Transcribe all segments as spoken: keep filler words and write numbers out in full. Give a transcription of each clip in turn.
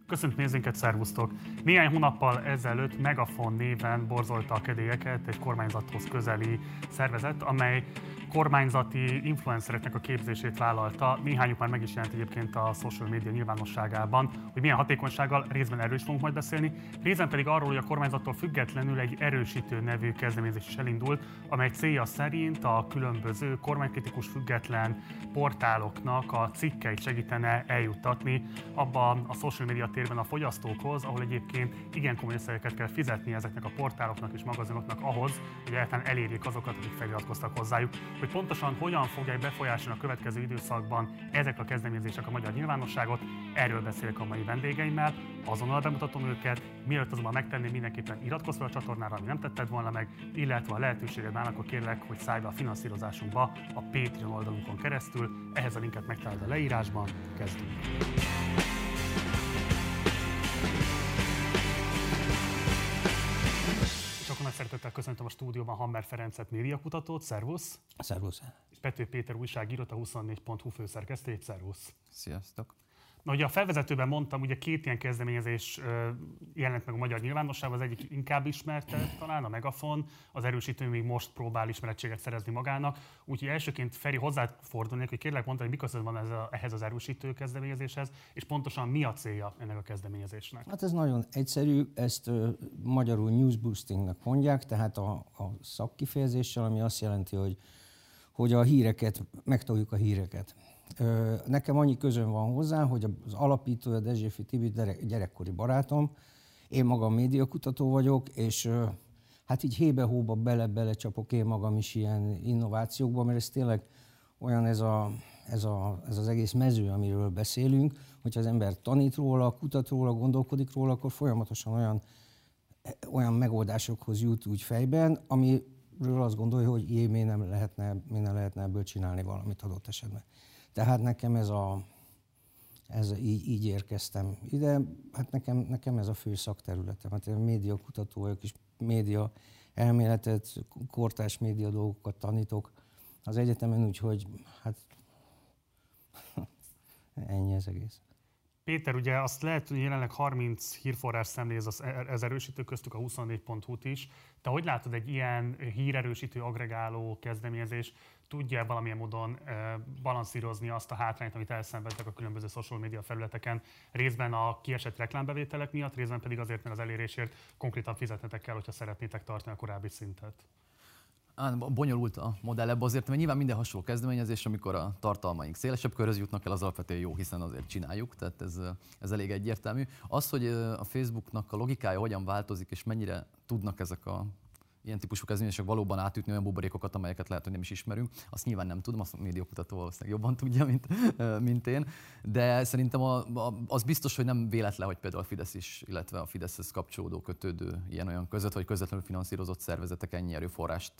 Köszönjük nézőinket, szervusztok! Néhány hónappal ezelőtt Megafon néven borzolta a kedélyeket egy kormányzathoz közeli szervezet, amely kormányzati influencereknek a képzését vállalta. Néhányuk már meg is jelent egyébként a social media nyilvánosságában, hogy milyen hatékonysággal, részben erről is fogunk majd beszélni, részben pedig arról, hogy a kormányzattól függetlenül egy erősítő nevű kezdeményezés is elindult, amely célja szerint a különböző kormánykritikus független portáloknak a cikkeit segítene eljuttatni abba a social media térben a fogyasztókhoz, ahol egyébként igen komoly összegeket kell fizetni ezeknek a portáloknak és magazinoknak ahhoz, hogy egyáltalán elérjék azokat, akik feliratkoztak hozzájuk. Hogy pontosan hogyan fogják befolyásolni a következő időszakban ezek a kezdeményezések a magyar nyilvánosságot, erről beszélek a mai vendégeimmel, azonnal bemutatom őket, mielőtt azonban megtenném, mindenképpen iratkozz fel a csatornára, ami nem tetted volna meg, illetve a lehetőséged van, akkor kérlek, hogy szállj be a finanszírozásunkba a Patreon oldalunkon keresztül, ehhez a linket megtalálod a leírásban, kezdjünk! Nagy szeretettel köszöntöm a stúdióban Hammer Ferencet, médiakutatót, szervusz! Szervusz! És Pető Péter újságírót, a huszonnégy pont hu főszerkesztőjét, szervusz! Sziasztok! Na, ugye a felvezetőben mondtam, ugye két ilyen kezdeményezés jelent meg a magyar nyilvánosságban, az egyik inkább ismertebb talán, a Megafon, az erősítő még most próbál ismerettséget szerezni magának. Úgyhogy elsőként Feri hozzád fordulnék, hogy kérlek mondani, hogy mi között van ez a, ehhez az erősítő kezdeményezéshez, és pontosan mi a célja ennek a kezdeményezésnek? Hát ez nagyon egyszerű, ezt uh, magyarul news boostingnak mondják, tehát a, a szakkifejezéssel, ami azt jelenti, hogy, hogy a híreket, megtoljuk a híreket. Nekem annyi közön van hozzá, hogy az alapítója, Dezséfi Tibi gyerekkori barátom, én magam médiakutató vagyok, és hát így hébe-hóba bele-bele csapok én magam is ilyen innovációkba, mert ez tényleg olyan ez, a, ez, a, ez az egész mező, amiről beszélünk, hogyha az ember tanít róla, kutat róla, gondolkodik róla, akkor folyamatosan olyan, olyan megoldásokhoz jut úgy fejben, amiről azt gondolja, hogy jé, miért nem lehetne, miért nem lehetne ebből csinálni valamit adott esetben. Tehát nekem ez a, ez így, így érkeztem ide, hát nekem, nekem ez a fő szakterületem. Hát én médiakutató vagyok, és média elméletet, kortárs média dolgokat tanítok az egyetemen, úgyhogy hát ennyi az egész. Péter, ugye azt lehet, hogy jelenleg harminc hírforrás szemlél ez, ez erősítő, köztük a huszonnégy pont hu-t is. Te hogy látod, egy ilyen hírerősítő, agregáló kezdeményezés tudja valamilyen módon e, balanszírozni azt a hátrányt, amit elszenvedtek a különböző social media felületeken, részben a kiesett reklámbevételek miatt, részben pedig azért, mert az elérésért konkrétan fizetnetek kell, hogyha szeretnétek tartani a korábbi szintet? Bonyolult a modell ebbe azért, mert nyilván minden hasonló kezdeményezés, amikor a tartalmaink szélesebb körhöz jutnak el, az alapvetően jó, hiszen azért csináljuk, tehát ez, ez elég egyértelmű. Az, hogy a Facebooknak a logikája hogyan változik, és mennyire tudnak ezek a ilyen típusú kezdeményezések valóban átütni olyan buborékokat, amelyeket lehet, hogy nem is ismerünk, azt nyilván nem tudom, azt a médiakutató valószínűleg jobban tudja, mint, mint én, de szerintem a, a, az biztos, hogy nem véletlen, hogy például a Fidesz is, illetve a Fideszhez kapcsolódó, kötődő ilyen-olyan között, vagy közvetlenül finanszírozott szervezetek ennyi erőforrást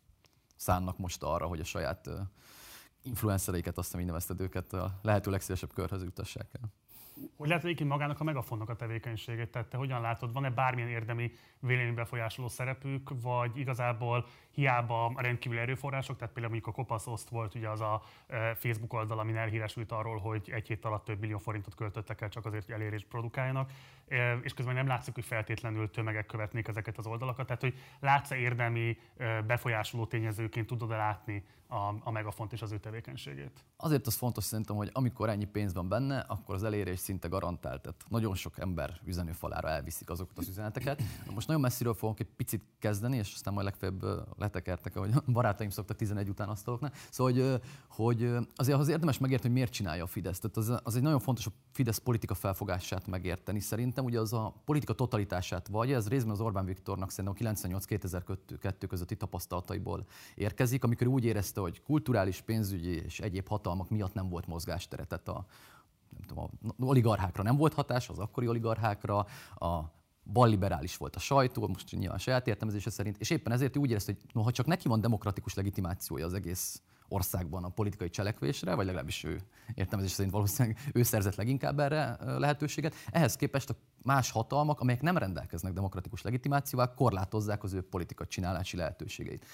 szánnak most arra, hogy a saját influencereiket, azt hiszem, így nevezted őket, a lehető legszélesebb körhöz jutassák el. Hogy lehet egyébként magának a Megafonnak a tevékenységét? Tehát te hogyan látod, van-e bármilyen érdemi véleménybefolyásoló szerepük, vagy igazából hiába a rendkívüli erőforrások, tehát például mondjuk a Kopaszoszt volt ugye az a Facebook oldal, amin elhíresült arról, hogy egy hét alatt több millió forintot költöttek el csak azért, hogy elérést produkáljanak, és közben nem látszik, hogy feltétlenül tömegek követnék ezeket az oldalakat. Tehát, hogy látsz-e érdemi befolyásoló tényezőként, tudod-e látni a, a Megafont és az ő tevékenységét? Azért az fontos szerintem, hogy amikor ennyi pénz van benne, akkor az elérés szinte garantált. Tehát nagyon sok ember üzenőfalára elviszik azokat az üzeneteket. Most nagyon messziről fogok egy picit kezdeni, és aztán majd legfeljebb letekertek, ahogy a barátaim szoktak tizenegy után asztaloknál. Szóval, hogy, hogy azért az érdemes megérteni, hogy miért csinálja a Fidesz. Tehát az, az egy nagyon fontos a Fidesz politika felfogását megérteni. Szerintem ugye az a politika totalitását vagy, ez részben az Orbán Viktornak szerintem a kilencvennyolc kétezer-kettő közötti tapasztalataiból érkezik, amikor úgy érezte, hogy kulturális, pénzügyi és egyéb hatalmak miatt nem volt mozgástere. Tehát a nem tudom, a oligarchákra nem volt hatás, az akkori oligarchákra, a balliberális volt a sajtó, most nyilván saját értelmezése szerint, és éppen ezért úgy érezte, hogy noha csak neki van demokratikus legitimációja az egész országban a politikai cselekvésre, vagy legalábbis ő értelmezés szerint valószínűleg ő szerzett leginkább erre lehetőséget, ehhez képest a más hatalmak, amelyek nem rendelkeznek demokratikus legitimációval, korlátozzák az ő politika csinálási lehetőségeit.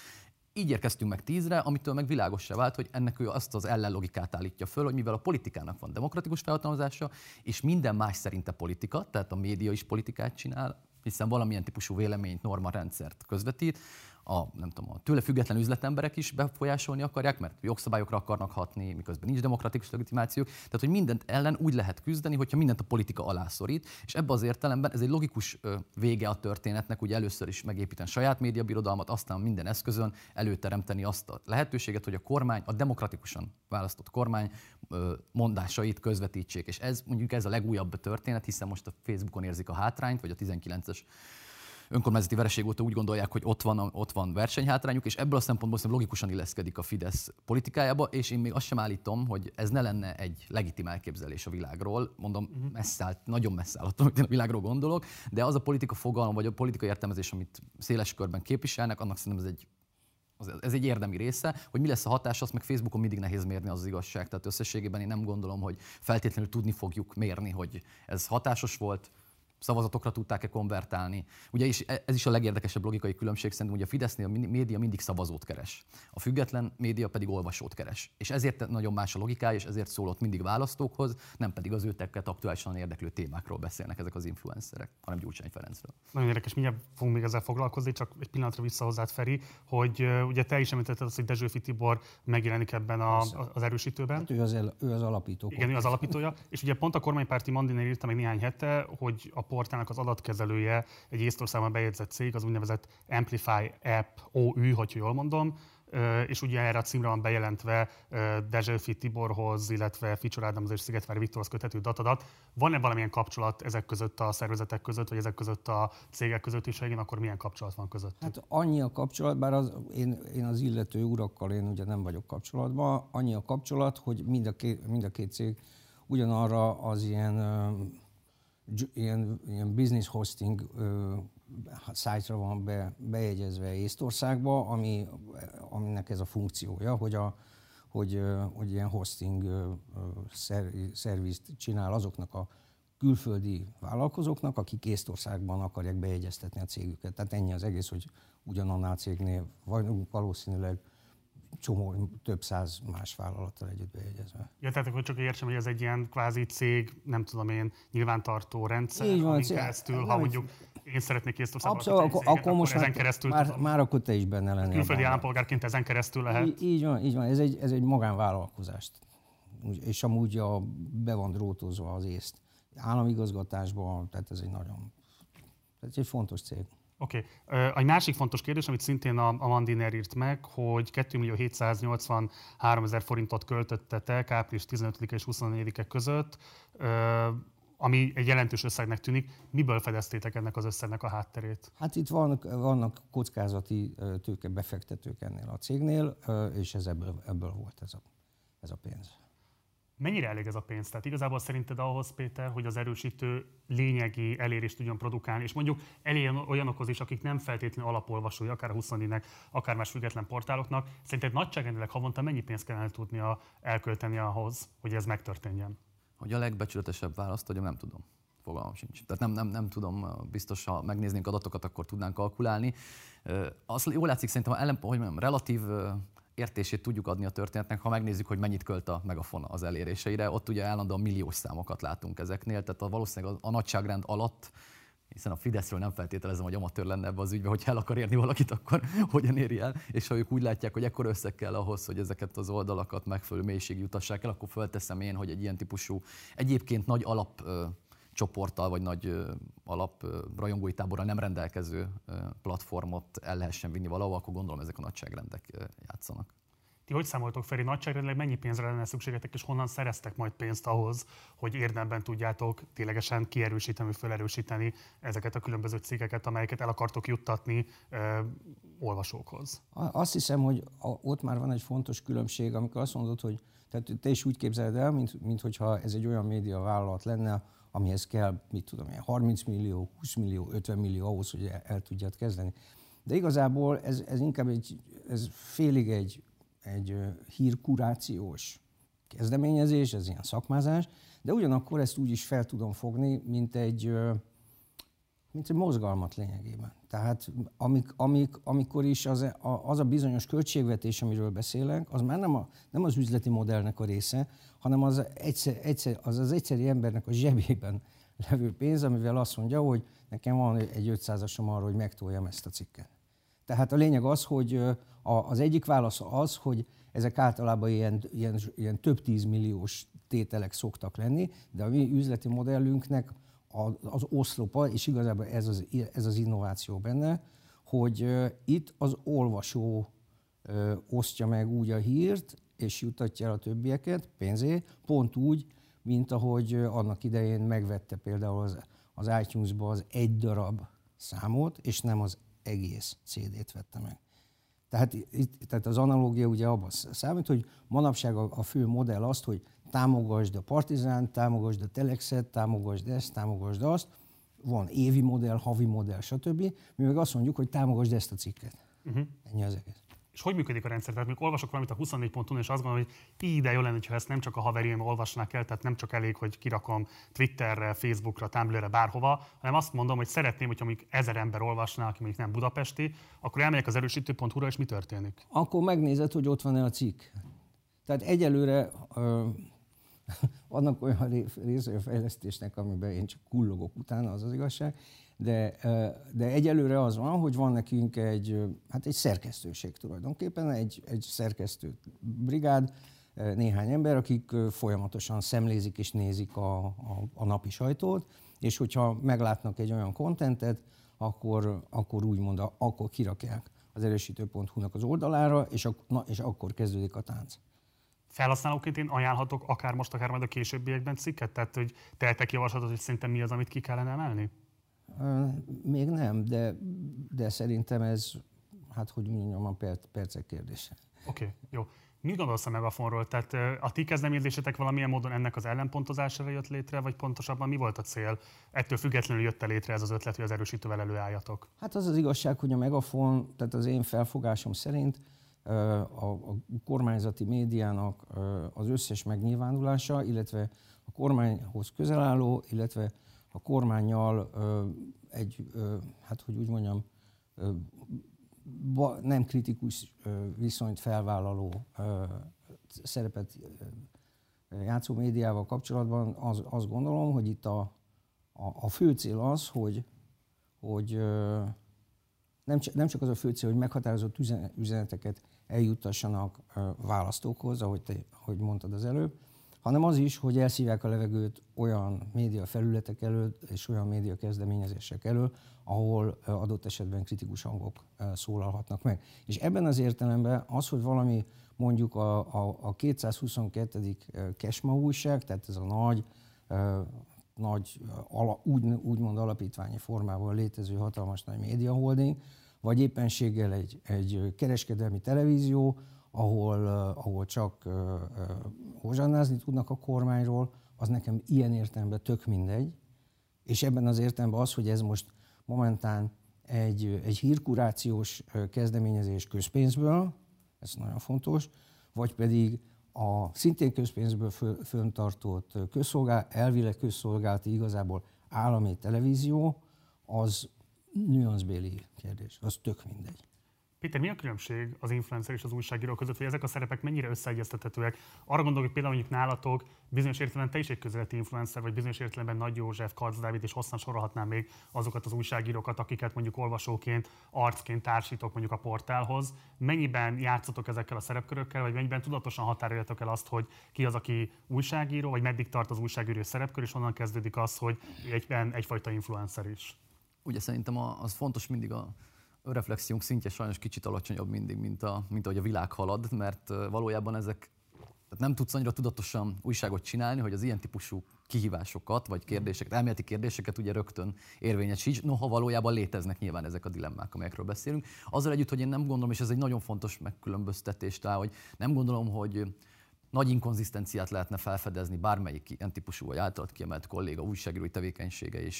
így érkeztünk meg tízre, amitől meg világossá vált, hogy ennek ő azt az ellenlogikát állítja föl, hogy mivel a politikának van demokratikus felhatalmazása, és minden más szerinte politika, tehát a média is politikát csinál, hiszen valamilyen típusú véleményt, normarendszert közvetít, a, nem tudom, a tőle független üzletemberek is befolyásolni akarják, mert jogszabályokra akarnak hatni, miközben nincs demokratikus legitimációk. Tehát, hogy mindent ellen úgy lehet küzdeni, hogyha mindent a politika alá szorít, és ebben az értelemben ez egy logikus vége a történetnek, ugye először is megépíteni saját médiabirodalmat, aztán minden eszközön előteremteni azt a lehetőséget, hogy a kormány, a demokratikusan választott kormány mondásait közvetítsék. És ez mondjuk ez a legújabb történet, hiszen most a Facebookon érzik a hátrányt, vagy a tizenkilences önkormányzati vereség óta úgy gondolják, hogy ott van, ott van versenyhátrányuk, és ebből a szempontból szerintem logikusan illeszkedik a Fidesz politikájába, és én még azt sem állítom, hogy ez ne lenne egy legitim elképzelés a világról. Mondom, uh-huh. messze állt, nagyon messze áll attól, hogy én a világról gondolok, de az a politika fogalom, vagy a politikai értelmezés, amit széles körben képviselnek, annak szerintem ez egy ez egy érdemi része, hogy mi lesz a hatás, azt meg Facebookon mindig nehéz mérni, az az igazság. Tehát összességében én nem gondolom, hogy feltétlenül tudni fogjuk mérni, hogy ez hatásos volt, szavazatokra tudták-e konvertálni. Ugye is, ez is a legérdekesebb logikai különbség, szerintem, hogy a Fidesznél a média mindig szavazót keres. A független média pedig olvasót keres. És ezért nagyon más a logikája, és ezért szólott mindig választókhoz, nem pedig az őket aktuálisan érdeklő témákról beszélnek ezek az influencerek, hanem Gyurcsány Ferencről. Nagyon érdekes, mindjárt fogunk még ezzel foglalkozni, csak egy pillanatra vissza hozzád, Feri, hogy uh, ugye te is említetted azt, hogy Dezsőfi Tibor megjelenik ebben a, az erősítőben. Hát ő az, el, ő az alapító. Igen, ő az alapítója. És ugye pont a kormánypárti Mandinél írta meg néhány hete, hogy a portálnak az adatkezelője egy Észtországban bejegyzett cég, az úgynevezett Amplify App o ü, hogyha jól mondom, és ugye erre a címre van bejelentve Dezsőfi Tiborhoz, illetve Ficsor Ádámhoz és Szigetvári Viktorhoz köthető datadat. Van-e valamilyen kapcsolat ezek között a szervezetek között, vagy ezek között a cégek között is, ha igen, akkor milyen kapcsolat van között? Hát annyi a kapcsolat, bár az, én, én az illető urakkal én ugye nem vagyok kapcsolatban, annyi a kapcsolat, hogy mind a két, mind a két cég ugyanarra az ilyen Ilyen, ilyen business hosting uh, szájtra van be, bejegyezve Észtországba, ami, aminek ez a funkciója, hogy, a, hogy, uh, hogy ilyen hosting uh, szer, szervizt csinál azoknak a külföldi vállalkozóknak, akik Észtországban akarják bejegyeztetni a cégüket. Tehát ennyi az egész, hogy ugyanannál cégnél vagyunk valószínűleg csomó, több száz más vállalattal együtt bejegyezve. Ja, tehát akkor csak értsem, hogy ez egy ilyen kvázi cég, nem tudom én, nyilvántartó rendszer, így van, amin cég, keresztül, nem, ha mondjuk én szeretnék Észtországban abszolút, akkor, céget, akkor most ezen már, keresztül már, tudom, már akkor te is benne lennél. külföldi állampolgárként ezen keresztül lehet. Így, így van, így van. Ez egy, ez egy magánvállalkozást. És amúgy a, be van drótozva az észt államigazgatásban, tehát ez egy nagyon, tehát egy fontos cég. Oké. Okay. Egy másik fontos kérdés, amit szintén a, a Mandiner írt meg, hogy kétmillió hétszáznyolcvanhárom ezer forintot költöttetek április tizenötödike és huszonnegyedike között, ami egy jelentős összegnek tűnik. Miből fedeztétek ennek az összegnek a hátterét? Hát itt vannak, vannak kockázati tőkebefektetők ennél a cégnél, és ez ebből, ebből volt ez a, ez a pénz. Mennyire elég ez a pénz? Tehát igazából szerinted ahhoz, Péter, hogy az erősítő lényegi elérést tudjon produkálni, és mondjuk elérjen olyanokhoz is, akik nem feltétlenül alapolvasói, akár a huszonnégynek, akár más független portáloknak, szerinted nagyságrendileg havonta mennyi pénzt kellene tudnia elkölteni ahhoz, hogy ez megtörténjen? Hogy a legbecsületesebb választ, hogy nem tudom. Fogalmam sincs. Tehát nem, nem, nem tudom, biztos, ha megnéznénk adatokat, akkor tudnánk kalkulálni. Az jól látszik szerintem, ellen, hogy mondjam, relatív értését tudjuk adni a történetnek, ha megnézzük, hogy mennyit költ a Megafon az eléréseire. Ott ugye állandóan milliós számokat látunk ezeknél, tehát a, valószínűleg a, a nagyságrend alatt, hiszen a Fideszről nem feltételezem, hogy amatőr lenne ebbe az ügybe, hogy el akar érni valakit, akkor hogyan éri el. És ha ők úgy látják, hogy ekkor összeg kell ahhoz, hogy ezeket az oldalakat megfelelő mélységig jutassák el, akkor felteszem én, hogy egy ilyen típusú, egyébként nagy alap csoporttal, vagy nagy alap rajongói táborral nem rendelkező platformot el lehessen vinni valahol, akkor gondolom ezek a nagyságrendek játszanak. Ti hogy számoltok, Feri, nagyságrendileg mennyi pénzre lenne szükségetek, és honnan szereztek majd pénzt ahhoz, hogy érdemben tudjátok ténylegesen kierősíteni, vagy felerősíteni ezeket a különböző cikkeket, amelyeket el akartok juttatni ö, olvasókhoz? Azt hiszem, hogy ott már van egy fontos különbség, amikor azt mondod, hogy tehát te is úgy képzeled el, mint, mint hogyha ez egy olyan média vállalat lenne, amihez kell, mit tudom én, harminc millió, húsz millió, ötven millió ahhoz, hogy el, el tudjad kezdeni. De igazából ez, ez inkább egy, ez félig egy, egy hírkurációs kezdeményezés, ez ilyen szakmázás, de ugyanakkor ezt úgy is fel tudom fogni, mint egy, mint egy mozgalmat lényegében. Tehát amik, amik, amikor is az a, az a bizonyos költségvetés, amiről beszélek, az már nem, a, nem az üzleti modellnek a része, hanem az, egyszer, egyszer, az az egyszeri embernek a zsebében levő pénz, amivel azt mondja, hogy nekem van egy ötszázasom arra, hogy megtoljam ezt a cikket. Tehát a lényeg az, hogy az egyik válasz az, hogy ezek általában ilyen, ilyen, ilyen több tízmilliós tételek szoktak lenni, de a mi üzleti modellünknek az oszlopa, és igazából ez az, ez az innováció benne, hogy itt az olvasó osztja meg úgy a hírt, és juttatja el a többieket pénzért, pont úgy, mint ahogy annak idején megvette például az, az iTunes-ba az egy darab számot, és nem az egész cé dét vette meg. Tehát, itt, tehát az analógia ugye abban számít, hogy manapság a, a fő modell azt, hogy támogasd a Partizánt, támogasd a Telexet, támogasd ezt, támogasd azt, van évi modell, havi modell, stb. Mi meg azt mondjuk, hogy támogasd ezt a cikket. Uh-huh. Ennyi az egész. És hogy működik a rendszer? Tehát mikor olvasok valamit a huszonnégy pont hu-n, és azt gondolom, hogy így de jó lenne, ha ezt nem csak a haverjaim olvasnák el, tehát nem csak elég, hogy kirakom Twitterre, Facebookra, Tumblrre, bárhova, hanem azt mondom, hogy szeretném, hogyha mondjuk ezer ember olvasná, aki mondjuk nem budapesti, akkor elmegyek az erősítő pont hu-ra, és mi történik? Akkor megnézed, hogy ott van-e a cikk. Tehát egyelőre ö, vannak olyan részei a fejlesztésnek, amiben én csak kullogok utána, az az igazság, de, de egyelőre az van, hogy van nekünk egy, hát egy szerkesztőség tulajdonképpen, egy, egy szerkesztő brigád, néhány ember, akik folyamatosan szemlézik és nézik a, a, a napi sajtót, és hogyha meglátnak egy olyan kontentet, akkor, akkor úgymond, akkor kirakják az erősítő pont hu-nak az oldalára, és, ak, na, és akkor kezdődik a tánc. Felhasználóként én ajánlhatok akár most, akár majd a későbbiekben cikket? Tehát, hogy tehetek javaslatot, hogy szerintem mi az, amit ki kellene emelni? Még nem, de, de szerintem ez, hát hogy mondjam, a perc, percek kérdése. Oké, okay, jó. Mit gondolsz a Megafonról? Tehát a ti kezdeményezésetek valamilyen módon ennek az ellenpontozására jött létre, vagy pontosabban mi volt a cél? Ettől függetlenül jött létre ez az ötlet, hogy az erősítővel előálljatok? Hát az az igazság, hogy a Megafon, tehát az én felfogásom szerint a, a kormányzati médiának az összes megnyilvánulása, illetve a kormányhoz közel álló, illetve a kormánnyal egy, hát hogy úgy mondjam, nem kritikus viszonyt felvállaló szerepet játszó médiával kapcsolatban az, azt gondolom, hogy itt a, a, a fő cél az, hogy, hogy nem, csak, nem csak az a fő cél, hogy meghatározott üzeneteket eljuttassanak választókhoz, ahogy te ahogy mondtad az előbb, hanem az is, hogy elszívják a levegőt olyan média felületek előtt és olyan média kezdeményezések elől, ahol adott esetben kritikus hangok szólalhatnak meg. És ebben az értelemben az, hogy valami mondjuk a, a, a kétszázhuszonkettő Kesma újság, tehát ez a nagy, nagy ala, úgy, úgymond alapítványi formában létező hatalmas nagy médiaholding, vagy éppenséggel egy, egy kereskedelmi televízió, ahol, ahol csak uh, uh, hozsannázni tudnak a kormányról, az nekem ilyen értelemben tök mindegy. És ebben az értelemben az, hogy ez most momentán egy, egy hírkurációs kezdeményezés közpénzből, ez nagyon fontos, vagy pedig a szintén közpénzből föntartott közszolgál, elvileg közszolgálati, igazából állami televízió, az nüanszbéli kérdés, az tök mindegy. Péter, mi a különbség az influencer és az újságíró között, hogy ezek a szerepek mennyire összeegyeztethetőek? Arra gondolok, hogy például mondjuk nálatok bizonyos értelemben te is egy közéleti influencer, vagy bizonyos értelemben Nagy József, Karcz Dávid, és hosszan sorolhatnám még azokat az újságírókat, akiket mondjuk olvasóként, arcként társítok mondjuk a portálhoz. Mennyiben játszotok ezekkel a szerepkörökkel, vagy mennyiben tudatosan határoljátok el azt, hogy ki az, aki újságíró, vagy meddig tart az újságíró szerepkör, és onnan kezdődik az, hogy egyben egyfajta influencer is? Ugye szerintem az fontos mindig a reflexiónk szintje sajnos kicsit alacsonyabb mindig, mint, a, mint ahogy a világ halad, mert valójában ezek, tehát nem tudsz annyira tudatosan újságot csinálni, hogy az ilyen típusú kihívásokat, vagy kérdéseket, elméleti kérdéseket ugye rögtön érvényesíts, noha valójában léteznek nyilván ezek a dilemmák, amelyekről beszélünk. Azzal együtt, hogy én nem gondolom, és ez egy nagyon fontos megkülönböztetés, tehát, hogy nem gondolom, hogy nagy inkonzisztenciát lehetne felfedezni bármelyik ilyen típusú, vagy általad kiemelt kolléga újságírói tevékenysége és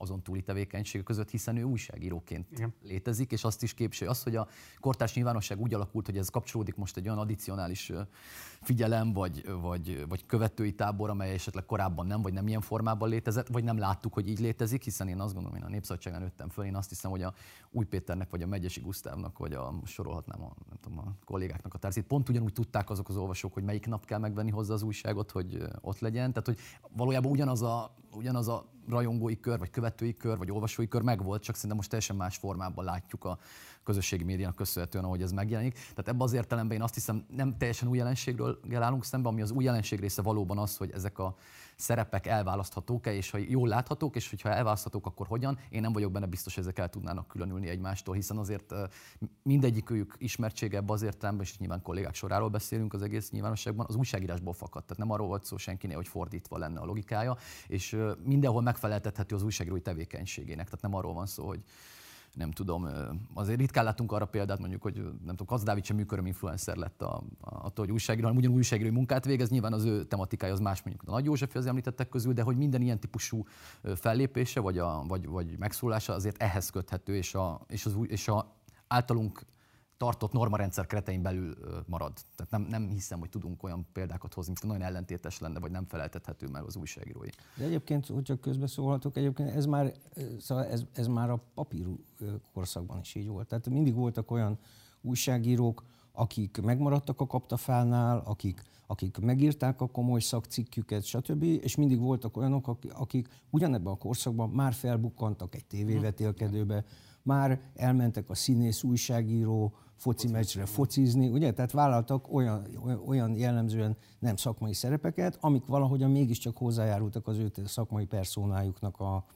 azon túli tevékenysége között, hiszen ő újságíróként Igen. létezik, és azt is képviseli. Az, hogy a kortárs nyilvánosság úgy alakult, hogy ez kapcsolódik most egy olyan addicionális figyelem, vagy, vagy, vagy követői tábor, amely esetleg korábban nem, vagy nem ilyen formában létezett, vagy nem láttuk, hogy így létezik, hiszen én azt gondolom, én a Népszabadságnál nőttem föl, én azt hiszem, hogy a Új Péternek, vagy a Megyesi Gusztávnak, vagy a, sorolhatnám a, nem tudom, a kollégáknak a társait, pont ugyanúgy tudták azok az olvasók, hogy melyik nap kell megvenni hozzá az újságot, hogy ott legyen. Tehát, hogy valójában ugyanaz a, ugyanaz a rajongói kör, vagy követői kör, vagy olvasói kör megvolt, csak szerintem most teljesen más formában látjuk a közösségi médiának köszönhetően, ahogy ez megjelenik. Tehát ebben az értelemben én azt hiszem, nem teljesen új jelenségről állunk szemben, ami az új jelenség része valóban az, hogy ezek a szerepek elválaszthatók-e, és ha jól láthatók, és hogyha elválaszthatók, akkor hogyan. Én nem vagyok benne biztos, hogy ezek el tudnának különülni egymástól, hiszen azért mindegyikőjük ismertsége ebben az értelemben, és nyilván kollégák soráról beszélünk az egész nyilvánosságban, az újságírásból fakadt. Tehát nem arról volt szó senkinél, hogy fordítva lenne a logikája, és mindenhol megfeleltethető az újságírói tevékenységének. Tehát nem arról van szó, hogy nem tudom, azért ritkán látunk arra példát, mondjuk, hogy nem tudom, Kac Dávid sem műköröm influencer lett a, a, attól, hogy újságíró, hanem ugyanúgy újságírói munkát végez, nyilván az ő tematikája az más, mondjuk a Nagy József az említettek közül, de hogy minden ilyen típusú fellépése, vagy, a, vagy, vagy megszólása azért ehhez köthető, és a, és az, és a általunk tartott normarendszer keretein belül marad. Tehát nem, nem hiszem, hogy tudunk olyan példákat hozni, mint nagyon ellentétes lenne, vagy nem feleltethető meg az újságírói. De egyébként, hogyha közbeszólhatok, egyébként ez már, szóval ez, ez már a papírú korszakban is így volt. Tehát mindig voltak olyan újságírók, akik megmaradtak a kaptafánál, akik, akik megírták a komoly szakcikküket, stb. És mindig voltak olyanok, akik ugyanebben a korszakban már felbukkantak egy tévévetélkedőbe, már elmentek a színész, újságíró, foci meccsre focizni, ugye? Tehát vállaltak olyan, olyan jellemzően nem szakmai szerepeket, amik valahogyan mégiscsak hozzájárultak az ő szakmai perszónájuknak a,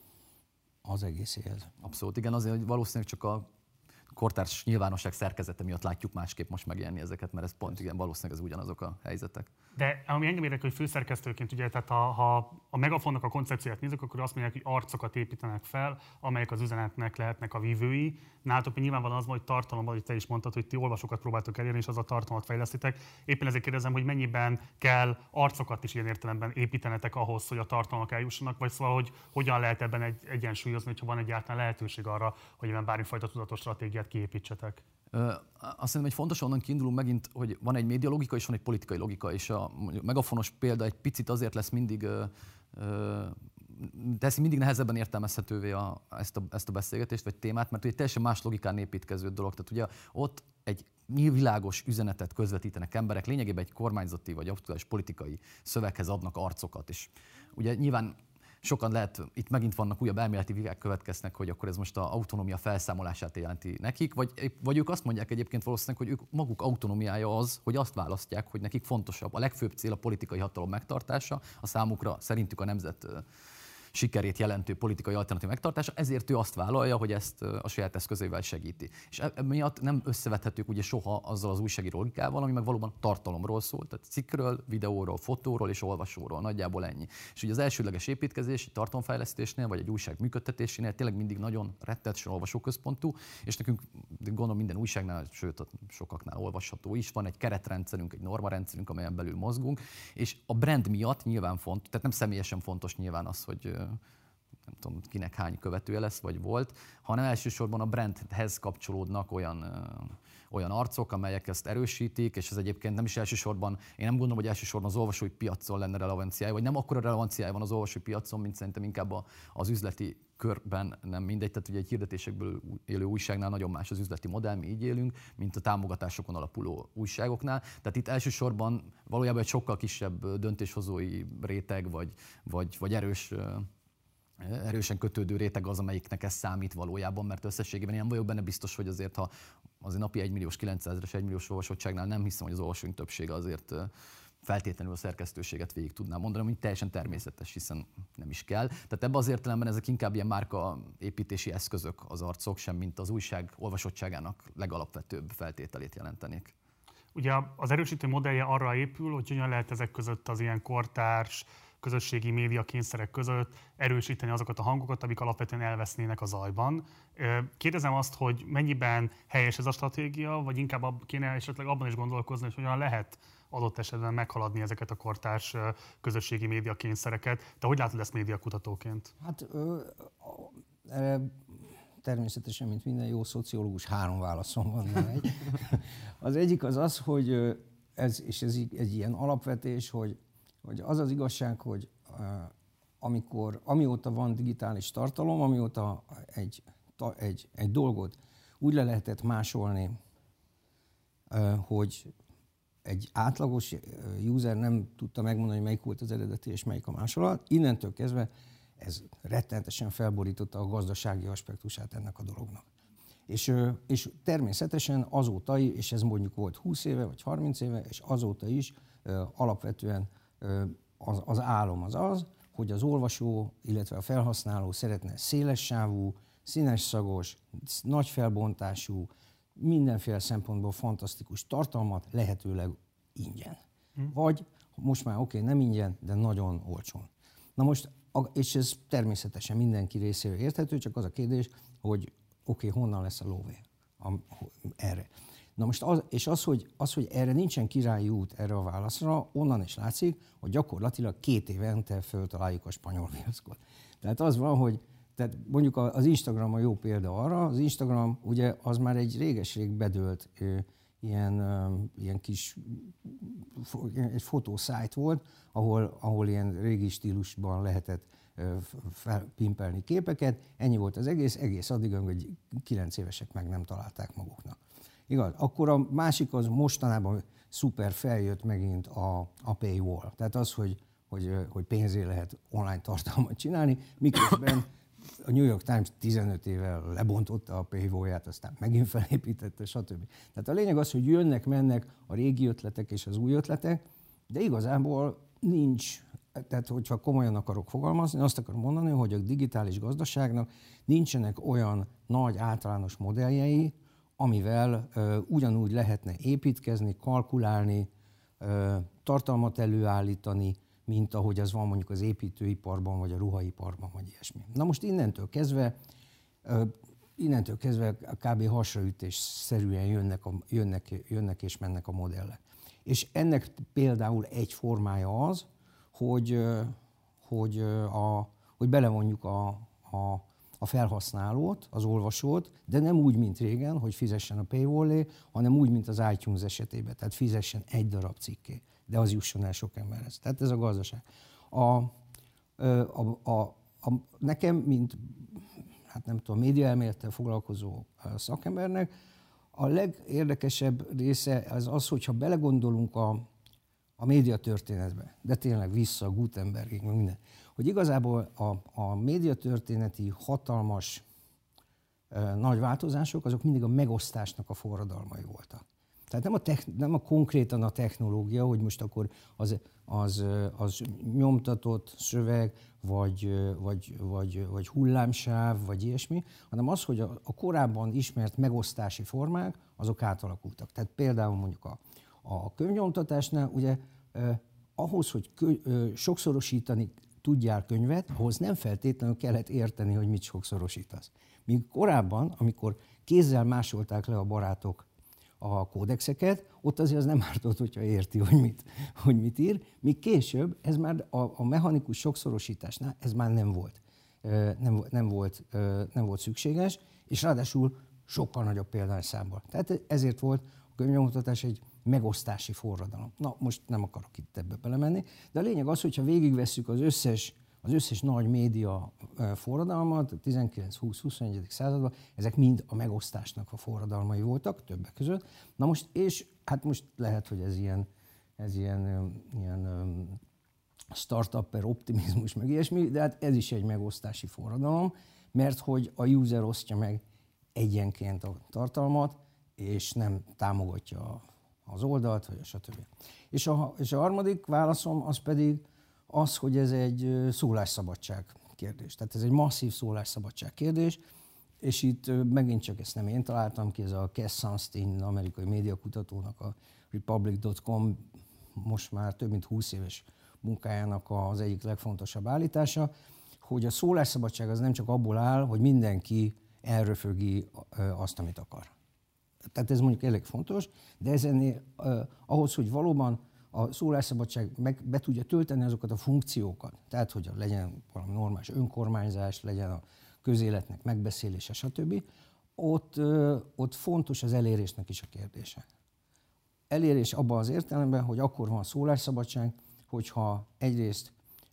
az egészéhez. Abszolút, igen, azért, hogy valószínűleg csak a kortárs nyilvánosság szerkezete miatt látjuk másképp most megjelenni ezeket, mert ez pont igen, valószínűleg ez ugyanazok a helyzetek. De ami engem érdekel, hogy főszerkesztőként, ugye, tehát ha, ha a Megafonnak a koncepcióját nézzük, akkor azt mondják, hogy arcokat építenek fel, amelyek az üzenetnek lehetnek a vívői. Nálatok nyilvánvalóan az van, hogy tartalomban, hogy te is mondtad, hogy ti olvasókat próbáltok elérni, és az a tartalmat fejlesztitek. Éppen ezért kérdezem, hogy mennyiben kell arcokat is ilyen értelemben építenetek ahhoz, hogy a tartalmak eljussanak, vagy szóval, hogy hogyan lehet ebben egy egyensúlyozni, hogyha van egyáltalán lehetőség arra, hogy ebben bármifajta tudatos stratégiát kiépítsetek. Ö, azt hiszem, hogy fontos onnan kiindulunk megint, hogy van egy médialogika és van egy politikai logika, és a megafonos példa egy picit azért lesz mindig, ö, ö, teszi mindig nehezebben értelmezhetővé a, ezt, a, ezt a beszélgetést vagy témát, mert ugye teljesen más logikán építkező dolog. Tehát ugye ott egy világos üzenetet közvetítenek emberek, lényegében egy kormányzati vagy aktuális politikai szöveghez adnak arcokat, és ugye nyilván sokan lehet, itt megint vannak újabb elméleti viták következnek, hogy akkor ez most az autonómia felszámolását jelenti nekik, vagy, vagy ők azt mondják egyébként valószínűleg, hogy ők maguk autonómiája az, hogy azt választják, hogy nekik fontosabb, a legfőbb cél a politikai hatalom megtartása, a számukra szerintük a nemzet sikerét jelentő politikai alternatív megtartása, ezért ő azt vállalja, hogy ezt a saját eszközével segíti. És emiatt nem összevethetők ugye soha azzal az újságíró logikával, ami meg valóban tartalomról szól, tehát cikkről, videóról, fotóról és olvasóról, nagyjából ennyi. És ugye az elsődleges építkezés egy tartalomfejlesztésnél, vagy egy újság működtetésénél tényleg mindig nagyon rettetesen olvasóközpontú, és nekünk gondolom minden újságnál, sőt sokaknál olvasható is, van egy keretrendszerünk, egy normarendszerünk, amelyen belül mozgunk, és a brand miatt nyilván fontos, tehát nem személyesen fontos nyilván az, hogy nem tudom, kinek hány követője lesz, vagy volt, hanem elsősorban a brandhez kapcsolódnak olyan, olyan arcok, amelyek ezt erősítik, és ez egyébként nem is elsősorban, én nem gondolom, hogy elsősorban az olvasói piacon lenne relevanciája, vagy nem akkora relevanciája van az olvasói piacon, mint szerintem inkább az üzleti körben, nem mindegy, tehát ugye egy hirdetésekből élő újságnál nagyon más az üzleti modell, mi így élünk, mint a támogatásokon alapuló újságoknál. Tehát itt elsősorban valójában egy sokkal kisebb döntéshozói réteg, vagy, vagy, vagy erős erősen kötődő réteg az, amelyiknek ez számít valójában, mert összességében én nem vagyok benne biztos, hogy azért, ha azért napi egymilliós, kilencszázezres, egymilliós olvasottságnál nem hiszem, hogy az olvasóink többsége azért feltétlenül a szerkesztőséget végig tudnám mondani, ami teljesen természetes, hiszen nem is kell. Tehát ebben az értelemben ezek inkább ilyen márkaépítési eszközök az arcok, sem mint az újság olvasottságának legalapvetőbb feltételét jelentenék. Ugye az erősítő modellje arra épül, hogy hogyan lehet ezek között az ilyen kortárs, közösségi média kényszerek között erősíteni azokat a hangokat, amik alapvetően elvesznének a zajban. Kérdezem azt, hogy mennyiben helyes ez a stratégia, vagy inkább kéne esetleg abban is gondolkozni, hogy hogyan lehet adott esetben meghaladni ezeket a kortárs közösségi média kényszereket. Te hogy látod ezt médiakutatóként? Hát ö, Természetesen, mint minden jó szociológus, három válaszom van. Egy. Az egyik az az, hogy ez, és ez egy ilyen alapvetés, hogy, hogy az az igazság, hogy amikor, amióta van digitális tartalom, amióta egy, egy, egy dolgot úgy le lehetett másolni, hogy egy átlagos user nem tudta megmondani, hogy melyik volt az eredeti és melyik a másolat, innentől kezdve ez rettenetesen felborította a gazdasági aspektusát ennek a dolognak. És, és természetesen azóta, és ez mondjuk volt húsz éve vagy harminc éve, és azóta is alapvetően az, az álom az az, hogy az olvasó, illetve a felhasználó szeretne szélessávú, színes szagos, nagy felbontású, mindenféle szempontból fantasztikus tartalmat, lehetőleg ingyen. Hmm. Vagy most már oké, okay, nem ingyen, de nagyon olcsón. Na most, és ez természetesen mindenki részéről érthető, csak az a kérdés, hogy oké, okay, honnan lesz a lóvé erre. Na most, az, és az hogy, az, hogy erre nincsen királyi út erre a válaszra, onnan is látszik, hogy gyakorlatilag két évente föltaláljuk a spanyol viaszkot. Tehát az van, hogy tehát mondjuk az Instagram a jó példa arra, az Instagram ugye az már egy réges-rég bedőlt ilyen, ilyen kis egy fotószájt volt, ahol, ahol ilyen régi stílusban lehetett pimpelni képeket. Ennyi volt az egész, egész addig, hogy kilenc évesek meg nem találták maguknak. Igaz? Akkor a másik az mostanában szuper feljött megint a, a paywall. Tehát az, hogy, hogy, hogy pénzért lehet online tartalmat csinálni, miközben a New York Times tizenöt évvel lebontotta a paywallját, aztán megint felépítette, stb. Tehát a lényeg az, hogy jönnek-mennek a régi ötletek és az új ötletek, de igazából nincs, tehát hogyha komolyan akarok fogalmazni, azt akarom mondani, hogy a digitális gazdaságnak nincsenek olyan nagy általános modelljei, amivel ö, ugyanúgy lehetne építkezni, kalkulálni, ö, tartalmat előállítani, mint ahogy az van mondjuk az építőiparban, vagy a ruhaiparban, vagy ilyesmi. Na most innentől kezdve, ö, innentől kezdve kb. Hasraütésszerűen jönnek, a, jönnek, jönnek és mennek a modellek. És ennek például egy formája az, hogy, hogy, a, hogy belevonjuk a, a a felhasználót, az olvasót, de nem úgy, mint régen, hogy fizessen a paywall-é, hanem úgy, mint az iTunes esetében, tehát fizessen egy darab cikké, de az jusson el sok emberhez. Tehát ez a gazdaság. A, a, a, a, nekem, mint hát nem tudom, médiaelmélettel foglalkozó szakembernek, a legérdekesebb része az az, hogyha belegondolunk a, a médiatörténetbe, de tényleg vissza a Gutenbergig, minden, hogy igazából a, a médiatörténeti hatalmas e, nagy változások, azok mindig a megosztásnak a forradalmai voltak. Tehát nem a, techn, nem a konkrétan a technológia, hogy most akkor az, az, az nyomtatott szöveg, vagy, vagy, vagy, vagy hullámsáv, vagy ilyesmi, hanem az, hogy a, a korábban ismert megosztási formák, azok átalakultak. Tehát például mondjuk a, a könyvnyomtatásnál, ugye eh, ahhoz, hogy kö, eh, sokszorosítani tudjál könyvet, ahhoz nem feltétlenül kellett érteni, hogy mit sokszorosítasz. Míg korábban, amikor kézzel másolták le a barátok a kódexeket, ott azért az nem ártott, hogyha érti, hogy mit, hogy mit ír. Míg később, ez már a, a mechanikus sokszorosításnál ez már nem volt, nem, nem, volt, nem volt szükséges, és ráadásul sokkal nagyobb példányszámban. Tehát ezért volt a könyvnyomtatás egy megosztási forradalom. Na, most nem akarok itt ebbe belemenni, de a lényeg az, hogyha végigvesszük az összes, az összes nagy média forradalmat, a tizenkilenc húsz huszonegyedik században, ezek mind a megosztásnak a forradalmai voltak, többek között. Na most, és hát most lehet, hogy ez ilyen, ez ilyen, ilyen startupper optimizmus, meg ilyesmi, de hát ez is egy megosztási forradalom, mert hogy a user osztja meg egyenként a tartalmat, és nem támogatja az oldalt, vagy a stb. És a, és a harmadik válaszom az pedig az, hogy ez egy szólásszabadság kérdés. Tehát ez egy masszív szólásszabadság kérdés, és itt megint csak ezt nem én találtam ki, ez a Cass Sunstein, amerikai médiakutatónak a Republic dot com most már több mint húsz éves munkájának az egyik legfontosabb állítása, hogy a szólásszabadság az nem csak abból áll, hogy mindenki elröfögi azt, amit akar. Tehát ez mondjuk elég fontos, de ez ennél eh, ahhoz, hogy valóban a szólásszabadság meg be tudja tölteni azokat a funkciókat, tehát hogy legyen valami normális önkormányzás, legyen a közéletnek megbeszélése, stb. Ott, ott fontos az elérésnek is a kérdése. Elérés abban az értelemben, hogy akkor van szólásszabadság, hogyha egyrészt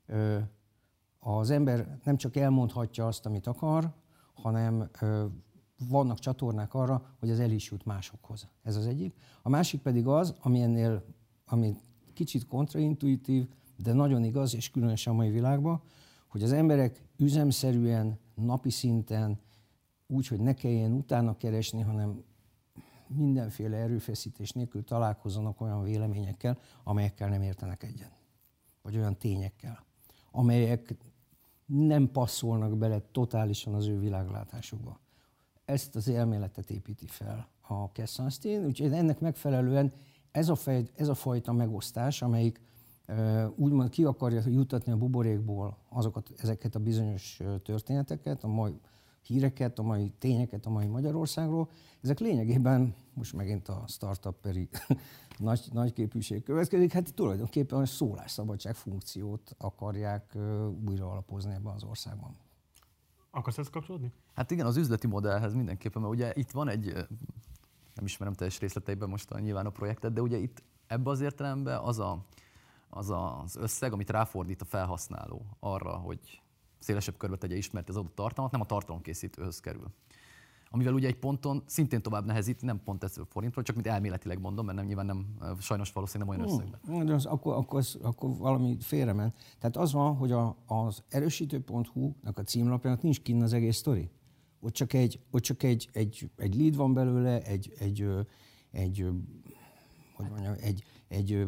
az ember nem csak elmondhatja azt, amit akar, hanem vannak csatornák arra, hogy az el is jut másokhoz. Ez az egyik. A másik pedig az, ami ennél, ami kicsit kontraintuitív, de nagyon igaz, és különösen a mai világban, hogy az emberek üzemszerűen, napi szinten, úgy, hogy ne kelljen utána keresni, hanem mindenféle erőfeszítés nélkül találkozzanak olyan véleményekkel, amelyekkel nem értenek egyet. Vagy olyan tényekkel, amelyek nem passzolnak bele totálisan az ő világlátásukba. Ezt az elméletet építi fel a Cass Sunstein, úgyhogy ennek megfelelően ez a, fej, ez a fajta megosztás, amelyik uh, úgymond ki akarja juttatni a buborékból azokat, ezeket a bizonyos történeteket, a mai híreket, a mai tényeket a mai Magyarországról, ezek lényegében, most megint a startup-peri nagy, nagyképűség következik, hát tulajdonképpen a szólásszabadság funkciót akarják uh, újra alapozni ebben az országban. Akarsz ezt kapcsolódni? Hát igen, az üzleti modellhez mindenképpen, mert ugye itt van egy, nem ismerem teljes részleteiben most a, nyilván a projektet, de ugye itt ebben az értelemben az, a, az az összeg, amit ráfordít a felhasználó arra, hogy szélesebb körbe tegye ismert az adott tartalmat, nem a tartalomkészítőhöz kerül. Amivel ugye egy ponton szintén tovább nehezít, nem pont ez forintról, csak mint elméletileg mondom, mert nem, nyilván nem, sajnos valószínűleg nem olyan összegben. De az, akkor, akkor, az, akkor valami félrement. Tehát az van, hogy a, az erősítő pont hu-nak a címlapjának nincs kinn az egész sztori. Ott csak egy, ott csak egy, egy, egy lead van belőle, egy, egy, egy, egy hogy mondjam, egy, egy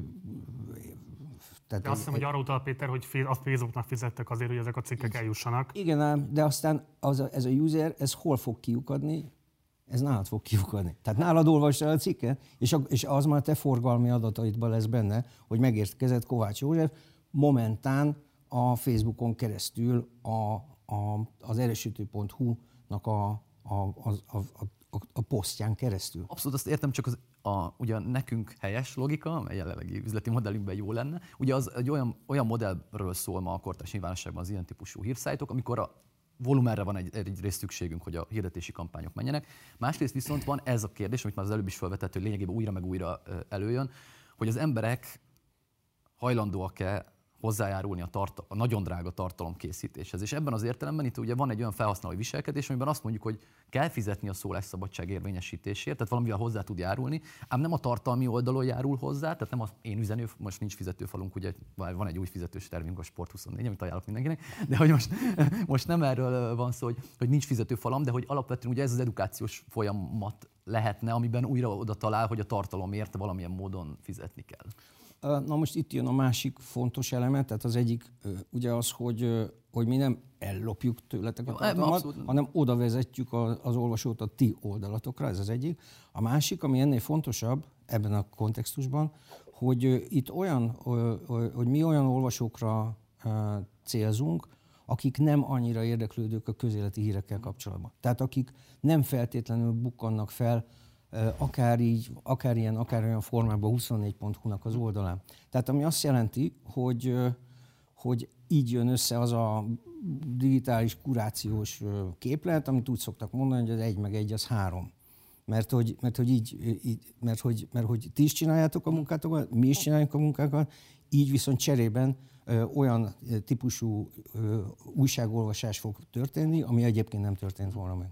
tehát de azt hiszem, hogy arra utal Péter, hogy a Facebooknak fizettek azért, hogy ezek a cikkek eljussanak. Igen ám, de aztán az a, ez a user, ez hol fog kiukadni? Ez nálad fog kiukadni. Tehát nálad olvasd el a cikket, és, a, és az már te forgalmi adataidban lesz benne, hogy megérkezett Kovács József momentán a Facebookon keresztül a, a, az erősítő pont hu-nak a, a, a, a, a, a posztján keresztül. Abszolút, azt értem, csak az, a, ugye nekünk helyes logika, amely jelenlegi üzleti modellünkben jó lenne, ugye az egy olyan, olyan modellről szól ma a kortárs nyilvánosságban az ilyen típusú hírszájtok, amikor a volumenre van egy, egy rész szükségünk, hogy a hirdetési kampányok menjenek. Másrészt viszont van ez a kérdés, amit már az előbb is felvetett, hogy lényegében újra meg újra előjön, hogy az emberek hajlandóak-e hozzájárulni a, tart- a nagyon drága tartalomkészítéshez. És ebben az értelemben itt ugye van egy olyan felhasználói viselkedés, amiben azt mondjuk, hogy kell fizetni a szólásszabadság érvényesítésért, tehát valamivel hozzá tud járulni, ám nem a tartalmi oldalon járul hozzá, tehát nem az én üzenő, most nincs fizetőfalunk, ugye van egy új fizetős tervünk, a Sport huszonnégy, amit ajánlok mindenkinek, de hogy most, most nem erről van szó, hogy, hogy nincs fizetőfalam, de hogy alapvetően ugye ez az edukációs folyamat lehetne, amiben újra oda talál, hogy a tartalomért valamilyen módon fizetni kell. Na most itt jön a másik fontos eleme, tehát az egyik ugye az, hogy, hogy mi nem ellopjuk tőletek a tartalmat, hanem oda vezetjük az olvasót a ti oldalatokra, ez az egyik. A másik, ami ennél fontosabb ebben a kontextusban, hogy itt olyan, hogy mi olyan olvasókra célzunk, akik nem annyira érdeklődők a közéleti hírekkel kapcsolatban. Tehát akik nem feltétlenül bukkannak fel akár így, akár ilyen, akár olyan formában huszonnégy pont hu-nak az oldalán. Tehát ami azt jelenti, hogy, hogy így jön össze az a digitális kurációs képlet, amit úgy szoktak mondani, hogy az egy meg egy az három. Mert hogy, mert, hogy így, így mert, hogy, mert hogy ti is csináljátok a munkátokat, mi is csináljuk a munkákat, így viszont cserében ö, olyan típusú ö, újságolvasás fog történni, ami egyébként nem történt volna meg.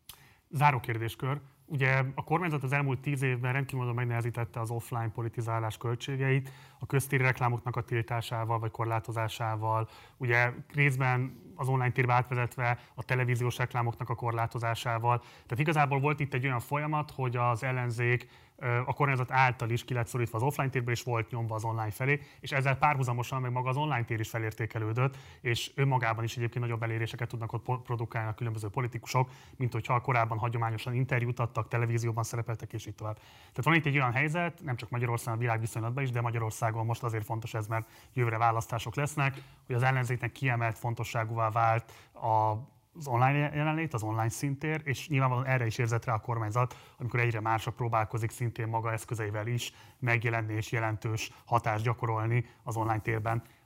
Záró kérdéskör. Ugye a kormányzat az elmúlt tíz évben rendkívül módon megnehezítette az offline politizálás költségeit, a köztéri reklámoknak a tiltásával vagy korlátozásával, ugye részben az online térbe átvezetve a televíziós reklámoknak a korlátozásával. Tehát igazából volt itt egy olyan folyamat, hogy az ellenzék a kormányzat által is ki lett szorítva az offline térből, és volt nyomva az online felé, és ezzel párhuzamosan meg maga az online tér is felértékelődött, és önmagában is egyébként nagyobb eléréseket tudnak ott produkálni a különböző politikusok, mint hogyha korábban hagyományosan interjút adtak, televízióban szerepeltek, és így tovább. Tehát van itt egy olyan helyzet, nem csak Magyarországon, a világviszonylatban is, de Magyarországon most azért fontos ez, mert jövőre választások lesznek, hogy az ellenzéknek kiemelt fontosságúvá vált a az online jelenlét, az online szintér, és nyilvánvalóan erre is érzett rá a kormányzat, amikor egyre másra próbálkozik szintén maga eszközeivel is megjelenni és jelentős hatást gyakorolni az online térben.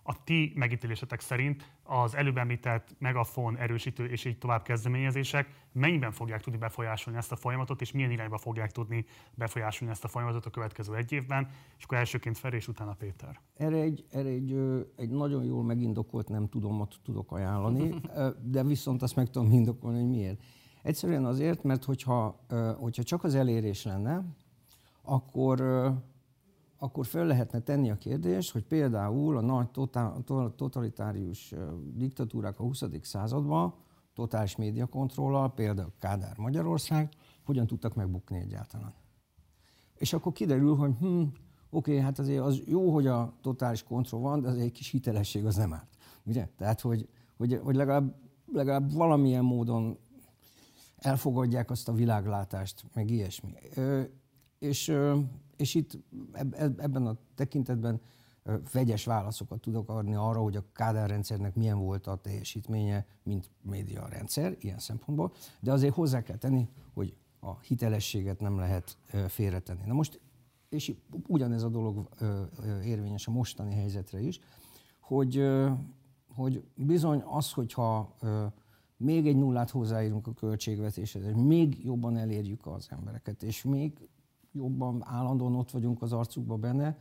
A ti megítélésetek szerint az előbb említett Megafon, erősítő és így tovább kezdeményezések mennyiben fogják tudni befolyásolni ezt a folyamatot, és milyen irányba fogják tudni befolyásolni ezt a folyamatot a következő egy évben? És akkor elsőként Feri, és utána Péter. Erre egy, erre egy, egy nagyon jól megindokolt nem tudomot tudok ajánlani, de viszont azt meg tudom indokolni, hogy miért. Egyszerűen azért, mert hogyha, hogyha csak az elérés lenne, akkor, akkor fel lehetne tenni a kérdést, hogy például a nagy totalitárius diktatúrák a huszadik században, totális médiakontrollal, például Kádár Magyarország, hogyan tudtak megbukni egyáltalán. És akkor kiderül, hogy hm, oké, okay, hát azért az jó, hogy a totális kontroll van, de azért egy kis hitelesség az nem árt. Ugye? Tehát, hogy, hogy, hogy legalább, legalább valamilyen módon elfogadják azt a világlátást, meg ilyesmi. És, és itt ebben a tekintetben vegyes válaszokat tudok adni arra, hogy a Kádár rendszernek milyen volt a teljesítménye, mint médiarendszer, ilyen szempontból, de azért hozzá kell tenni, hogy a hitelességet nem lehet félretenni. Na most, és ugyanez a dolog érvényes a mostani helyzetre is, hogy, hogy bizony az, hogyha még egy nullát hozzáírunk a költségvetéshez, és még jobban elérjük az embereket, és még jobban állandóan ott vagyunk az arcukba benne,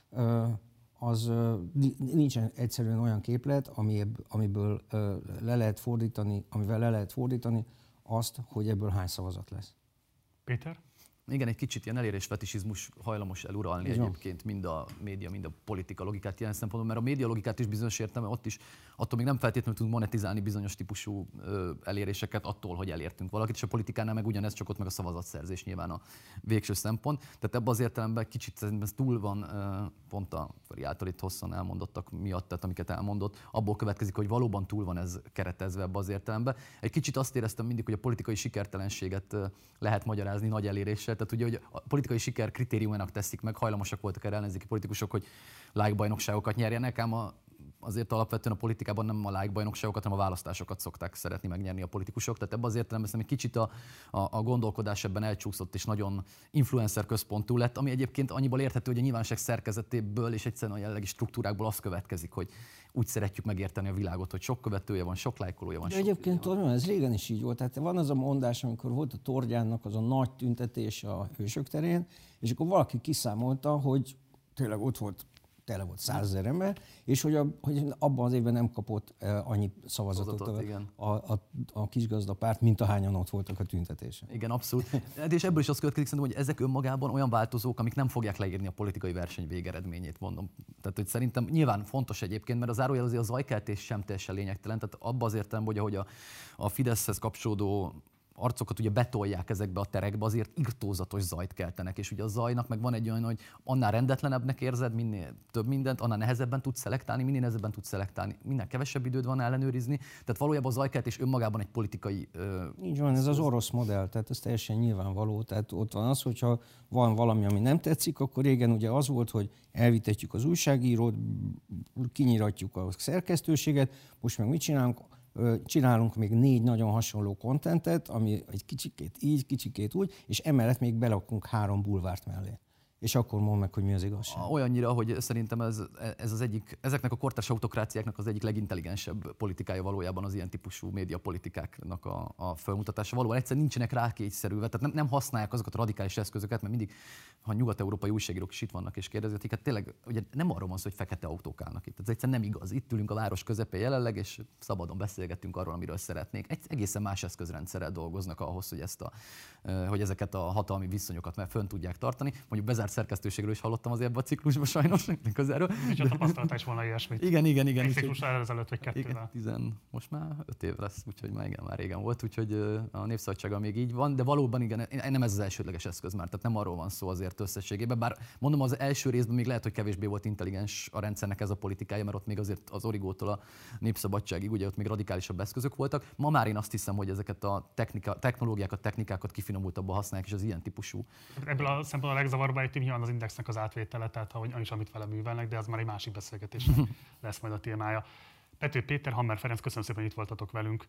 az nincsen egyszerűen olyan képlet, amiből le lehet fordítani, amivel le lehet fordítani azt, hogy ebből hány szavazat lesz. Péter? Igen, egy kicsit ilyen elérésfetisizmus hajlamos eluralni Igen. egyébként mind a média, mind a politika logikát ilyen szempontból, mert a média logikát is bizonyos értelme ott is, attól még nem feltétlenül tudunk monetizálni bizonyos típusú ö, eléréseket attól, hogy elértünk valakit, és a politikánál meg ugyanez, csak ott meg a szavazatszerzés nyilván a végső szempont. Tehát ebben az értelemben kicsit szerintem ez túl van, ö, pont a Feri által itt hosszan elmondottak miatt, tehát amiket elmondott, abból következik, hogy valóban túl van ez keretezve ebben az értelemben. Egy kicsit azt éreztem mindig, hogy a politikai sikertelenséget ö, lehet magyarázni nagy eléréssel. Tehát ugye, hogy a politikai siker kritériumának teszik meg, hajlamosak voltak erre ellenzéki politikusok, hogy like-bajnokságokat nyerjenek, ám a, azért alapvetően a politikában nem a like-bajnokságokat, hanem a választásokat szokták szeretni megnyerni a politikusok. Tehát ebben az értelemben egy kicsit a, a, a gondolkodás ebben elcsúszott és nagyon influencer központú lett, ami egyébként annyiból érthető, hogy a nyilvánosság szerkezetéből és egyszerűen a jellegi struktúrákból az következik, hogy úgy szeretjük megérteni a világot, hogy sok követője van, sok lájkolója van. De sok egyébként van. tudom, ez régen is így volt. Tehát van az a mondás, amikor volt a Tordjánnak az a nagy tüntetés a Hősök terén, és akkor valaki kiszámolta, hogy tényleg ott volt, tele volt százezer ember, és hogy, a, hogy abban az évben nem kapott uh, annyi szavazatot Szavazatot, a, a, a, a kisgazdapárt, mint ahányan ott voltak a tüntetésen. Igen, abszolút. És ebből is az következik szerintem, hogy ezek önmagában olyan változók, amik nem fogják leírni a politikai verseny végeredményét, mondom. Tehát, hogy szerintem nyilván fontos egyébként, mert az zárójel azért a zajkeltés sem teljesen lényegtelen. Tehát abban az értelemben, hogy ahogy a, a Fideszhez kapcsolódó arcokat ugye betolják ezekbe a terekbe, azért irtózatos zajt keltenek, és ugye a zajnak meg van egy olyan, hogy annál rendetlenebbnek érzed, minél több mindent, annál nehezebben tudsz szelektálni, minél nehezebben tudsz szelektálni, minél kevesebb időd van ellenőrizni. Tehát valójában a zajkeltés önmagában egy politikai... Ö, Így van, ez az orosz modell, tehát ez teljesen nyilvánvaló. Tehát ott van az, hogyha van valami, ami nem tetszik, akkor régen ugye az volt, hogy elvitetjük az újságírót, kinyiratjuk a szerkesztőséget, most meg mit csinálunk? Csinálunk még négy nagyon hasonló kontentet, ami egy kicsikét így, kicsikét úgy, és emellett még belakunk három bulvárt mellé. És akkor mondd meg, hogy mi az igazság. Olyannyira, hogy szerintem ez, ez az egyik, ezeknek a kortárs autokráciáknak az egyik legintelligensebb politikája valójában az ilyen típusú médiapolitikáknak a, a felmutatása. Valóban egyszerűen nincsenek rákényszerülve, tehát nem, nem használják azokat a radikális eszközöket, mert mindig, ha nyugat-európai újságírók is itt vannak és kérdezik, hát tényleg ugye nem arról van szó, hogy fekete autók állnak itt. Ez egyszerűen nem igaz. Itt ülünk a város közepén jelenleg, és szabadon beszélgetünk arról, amiről szeretnénk. Egy egészen más eszközrendszerrel dolgoznak ahhoz, hogy, ezt a, hogy ezeket a hatalmi viszonyokat már fönn tudják tartani. Mondjuk bezárt szerkesztőségről is hallottam azért ebben a ciklusban sajnos, közelről. És a tapasztalata is volna ilyesmit. Igen, igen, igen. Egy ciklus ezelőtt, vagy kettővel. Igen, tizen, most már öt év lesz, úgyhogy már igen, már régen volt, úgyhogy a Népszabadsággal még így van, de valóban igen, nem ez az elsődleges eszköz már, tehát nem arról van szó azért összességében, bár mondom az első részben még lehet, hogy kevésbé volt intelligens a rendszernek ez a politikája, mert ott még azért az Origótól a Népszabadságig, ugye ott még radikálisabb eszközök voltak. Ma már én azt hiszem, hogy ezeket a technika, technológiákat, technikákat kifinomultabban használják, és az ilyen típusú. Ebből a szempontból a legzavarba egy nyilván az Indexnek az átvétele, tehát hogy is, amit vele művelnek, de az már egy másik beszélgetés lesz majd a témája. Pető Péter, Hammer Ferenc, köszönöm szépen, hogy itt voltatok velünk.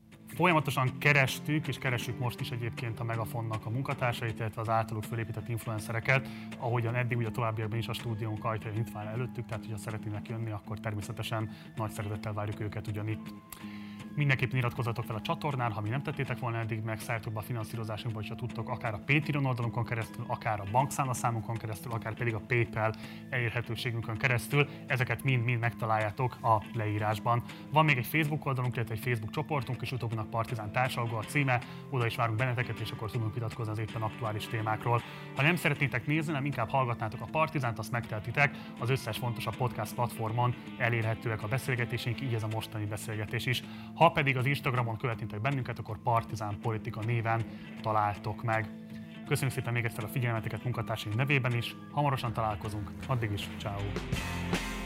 Folyamatosan kerestük, és keressük most is egyébként a Megafonnak a munkatársait, illetve az általuk fölépített influencereket, ahogyan eddig ugye a továbbiakban is a stúdiónk ajtaja nyitva áll előttük, tehát hogyha szeretnének jönni, akkor természetesen nagy szeretettel várjuk őket ugyanitt. Mindenképpen iratkozzatok fel a csatornán, ha mi nem tettétek volna eddig meg, szálljatok be a finanszírozásunkba, hogyha tudtok, akár a Patreon oldalunkon keresztül, akár a bankszámlaszámunkon keresztül, akár pedig a PayPal elérhetőségünkön keresztül. Ezeket mind-mind megtaláljátok a leírásban. Van még egy Facebook oldalunk, illetve egy Facebook csoportunk, és utóbbnak Partizán Társalgó a címe, oda is várunk benneteket, és akkor tudunk vitatkozni az éppen aktuális témákról. Ha nem szeretnétek nézni, nem inkább hallgatnátok a Partizánt, azt megtehetitek, az összes fontosabb podcast platformon elérhetőek a beszélgetéseink, így ez a mostani beszélgetés is. Ha pedig az Instagramon követnétek bennünket, akkor Partizán Politika néven találtok meg. Köszönjük szépen még egyszer a figyelmeteket munkatársaink nevében is, hamarosan találkozunk, addig is, ciao.